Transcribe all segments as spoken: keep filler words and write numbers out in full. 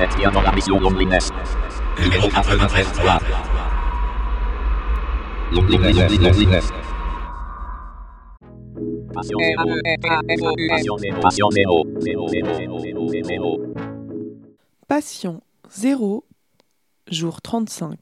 mettia dans la mission Loneliness. Numéro quatre-vingt-treize trois. Loneliness, Loneliness. Passion zéro. Passion zéro. Zéro, zéro, zéro, zéro, zéro. Patient zéro, jour trente-cinq.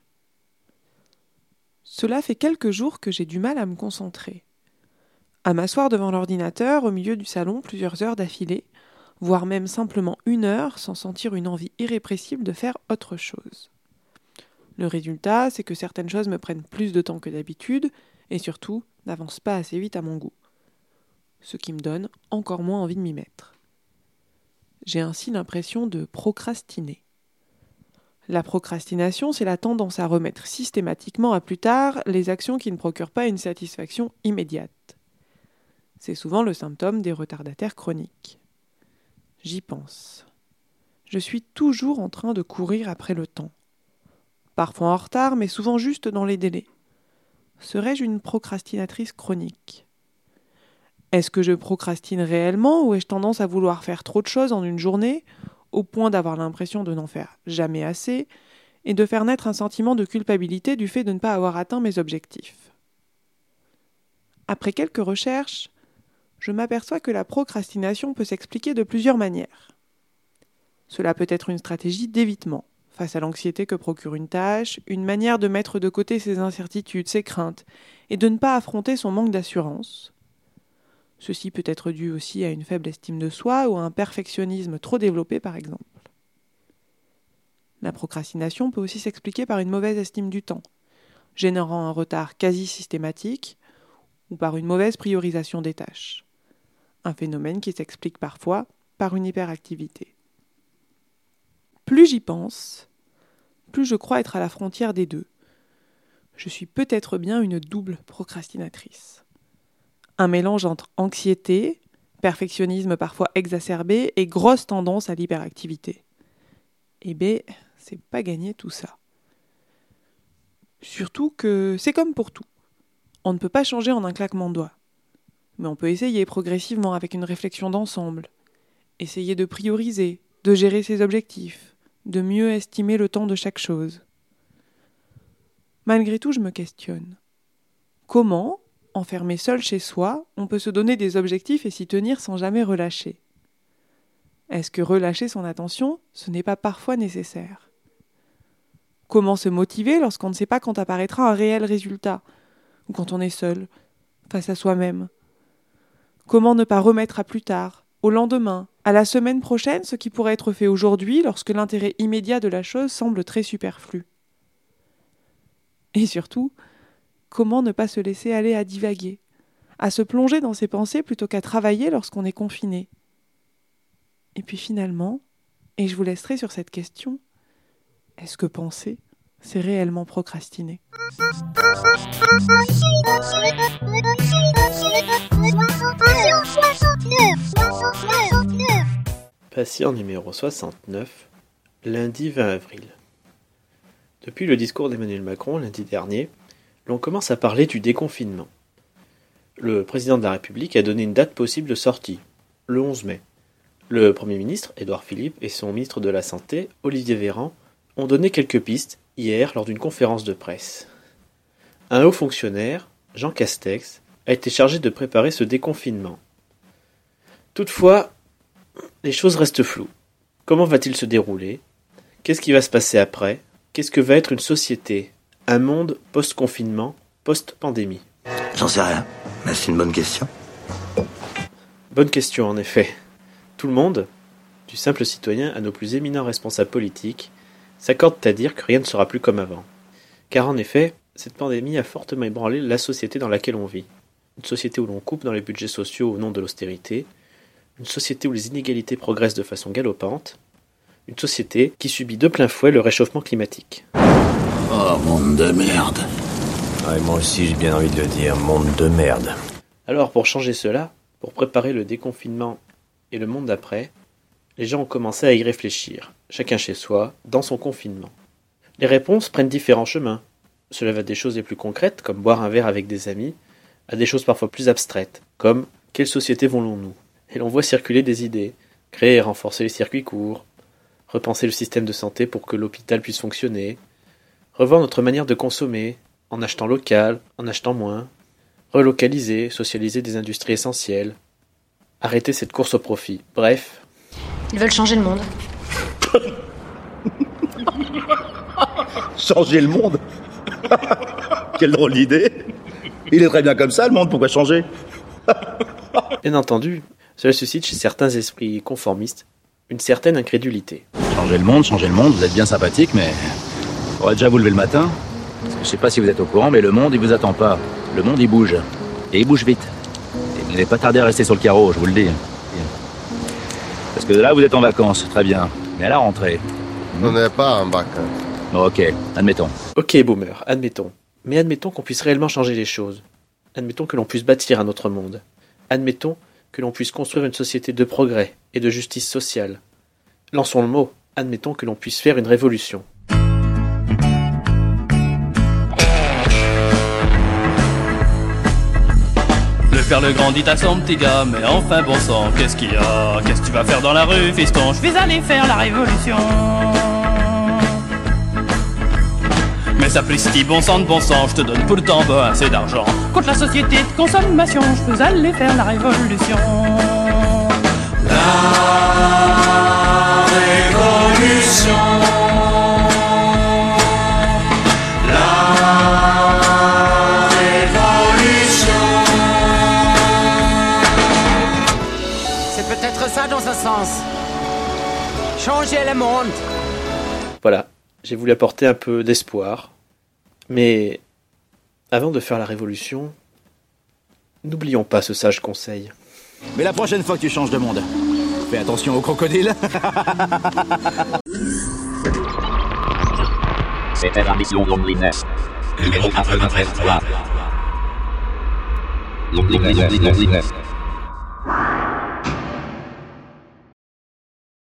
Cela fait quelques jours que j'ai du mal à me concentrer. À m'asseoir devant l'ordinateur au milieu du salon plusieurs heures d'affilée, voire même simplement une heure sans sentir une envie irrépressible de faire autre chose. Le résultat, c'est que certaines choses me prennent plus de temps que d'habitude et surtout n'avancent pas assez vite à mon goût. Ce qui me donne encore moins envie de m'y mettre. J'ai ainsi l'impression de procrastiner. La procrastination, c'est la tendance à remettre systématiquement à plus tard les actions qui ne procurent pas une satisfaction immédiate. C'est souvent le symptôme des retardataires chroniques. J'y pense. Je suis toujours en train de courir après le temps. Parfois en retard, mais souvent juste dans les délais. Serais-je une procrastinatrice chronique ? Est-ce que je procrastine réellement ou ai-je tendance à vouloir faire trop de choses en une journée, au point d'avoir l'impression de n'en faire jamais assez, et de faire naître un sentiment de culpabilité du fait de ne pas avoir atteint mes objectifs ? Après quelques recherches, je m'aperçois que la procrastination peut s'expliquer de plusieurs manières. Cela peut être une stratégie d'évitement, face à l'anxiété que procure une tâche, une manière de mettre de côté ses incertitudes, ses craintes, et de ne pas affronter son manque d'assurance. Ceci peut être dû aussi à une faible estime de soi ou à un perfectionnisme trop développé, par exemple. La procrastination peut aussi s'expliquer par une mauvaise estime du temps, générant un retard quasi systématique, ou par une mauvaise priorisation des tâches. Un phénomène qui s'explique parfois par une hyperactivité. Plus j'y pense, plus je crois être à la frontière des deux. Je suis peut-être bien une double procrastinatrice. Un mélange entre anxiété, perfectionnisme parfois exacerbé et grosse tendance à l'hyperactivité. Eh bien, c'est pas gagné tout ça. Surtout que c'est comme pour tout. On ne peut pas changer en un claquement de doigts. Mais on peut essayer progressivement avec une réflexion d'ensemble. Essayer de prioriser, de gérer ses objectifs, de mieux estimer le temps de chaque chose. Malgré tout, je me questionne. Comment, enfermé seul chez soi, on peut se donner des objectifs et s'y tenir sans jamais relâcher ? Est-ce que relâcher son attention, ce n'est pas parfois nécessaire ? Comment se motiver lorsqu'on ne sait pas quand apparaîtra un réel résultat ? Ou quand on est seul, face à soi-même ? Comment ne pas remettre à plus tard, au lendemain, à la semaine prochaine, ce qui pourrait être fait aujourd'hui lorsque l'intérêt immédiat de la chose semble très superflu ? Et surtout, comment ne pas se laisser aller à divaguer, à se plonger dans ses pensées plutôt qu'à travailler lorsqu'on est confiné ? Et puis finalement, et je vous laisserai sur cette question, est-ce que penser, c'est réellement procrastiner ? Patient numéro soixante-neuf, lundi vingt avril. Depuis le discours d'Emmanuel Macron lundi dernier, l'on commence à parler du déconfinement. Le président de la République a donné une date possible de sortie, le onze mai. Le Premier ministre, Édouard Philippe, et son ministre de la Santé, Olivier Véran, ont donné quelques pistes hier lors d'une conférence de presse. Un haut fonctionnaire, Jean Castex, a été chargé de préparer ce déconfinement. Toutefois, les choses restent floues. Comment va-t-il se dérouler ? Qu'est-ce qui va se passer après ? Qu'est-ce que va être une société ? Un monde post-confinement, post-pandémie ? J'en sais rien, mais c'est une bonne question. Bonne question, en effet. Tout le monde, du simple citoyen à nos plus éminents responsables politiques, s'accordent à dire que rien ne sera plus comme avant. Car en effet, cette pandémie a fortement ébranlé la société dans laquelle on vit. Une société où l'on coupe dans les budgets sociaux au nom de l'austérité, une société où les inégalités progressent de façon galopante, une société qui subit de plein fouet le réchauffement climatique. Oh, monde de merde. Ouais, moi aussi j'ai bien envie de le dire, monde de merde. Alors pour changer cela, pour préparer le déconfinement et le monde d'après, les gens ont commencé à y réfléchir, chacun chez soi, dans son confinement. Les réponses prennent différents chemins. Cela va des choses les plus concrètes, comme boire un verre avec des amis, à des choses parfois plus abstraites, comme « quelle société voulons-nous » Et l'on voit circuler des idées, créer et renforcer les circuits courts, repenser le système de santé pour que l'hôpital puisse fonctionner, revoir notre manière de consommer, en achetant local, en achetant moins, relocaliser, socialiser des industries essentielles, arrêter cette course au profit. Bref. Ils veulent changer le monde. Changer le monde? Quelle drôle d'idée. Il est très bien comme ça, le monde, pourquoi changer? Bien entendu, cela suscite chez certains esprits conformistes une certaine incrédulité. Changer le monde, changer le monde, vous êtes bien sympathique, mais... faudrait déjà vous lever le matin. Parce que je sais pas si vous êtes au courant, mais le monde, il vous attend pas. Le monde, il bouge. Et il bouge vite. Et vous n'allez pas tarder à rester sur le carreau, je vous le dis. Parce que là, vous êtes en vacances, très bien. Mais à la rentrée... On n'est pas en vacances. Ok, admettons. Ok, boomer, admettons. Mais admettons qu'on puisse réellement changer les choses. Admettons que l'on puisse bâtir un autre monde. Admettons que l'on puisse construire une société de progrès et de justice sociale. Lançons le mot. Admettons que l'on puisse faire une révolution. Le père le grand dit à son petit gars, mais enfin bon sang, qu'est-ce qu'il y a? Qu'est-ce que tu vas faire dans la rue, fiston? Je vais aller faire la révolution. Mais sapristi, bon sang de bon sang, je te donne pour le temps ben, assez d'argent. Contre la société de consommation, je peux aller faire la révolution. La révolution. La révolution. C'est peut-être ça dans un sens. Changer le monde. Voilà. J'ai voulu apporter un peu d'espoir, mais avant de faire la révolution, n'oublions pas ce sage conseil. Mais la prochaine fois que tu changes de monde, fais attention aux crocodiles. C'était la mission Loneliness. Numéro quatre-vingt-treize. Loneliness. Loneliness.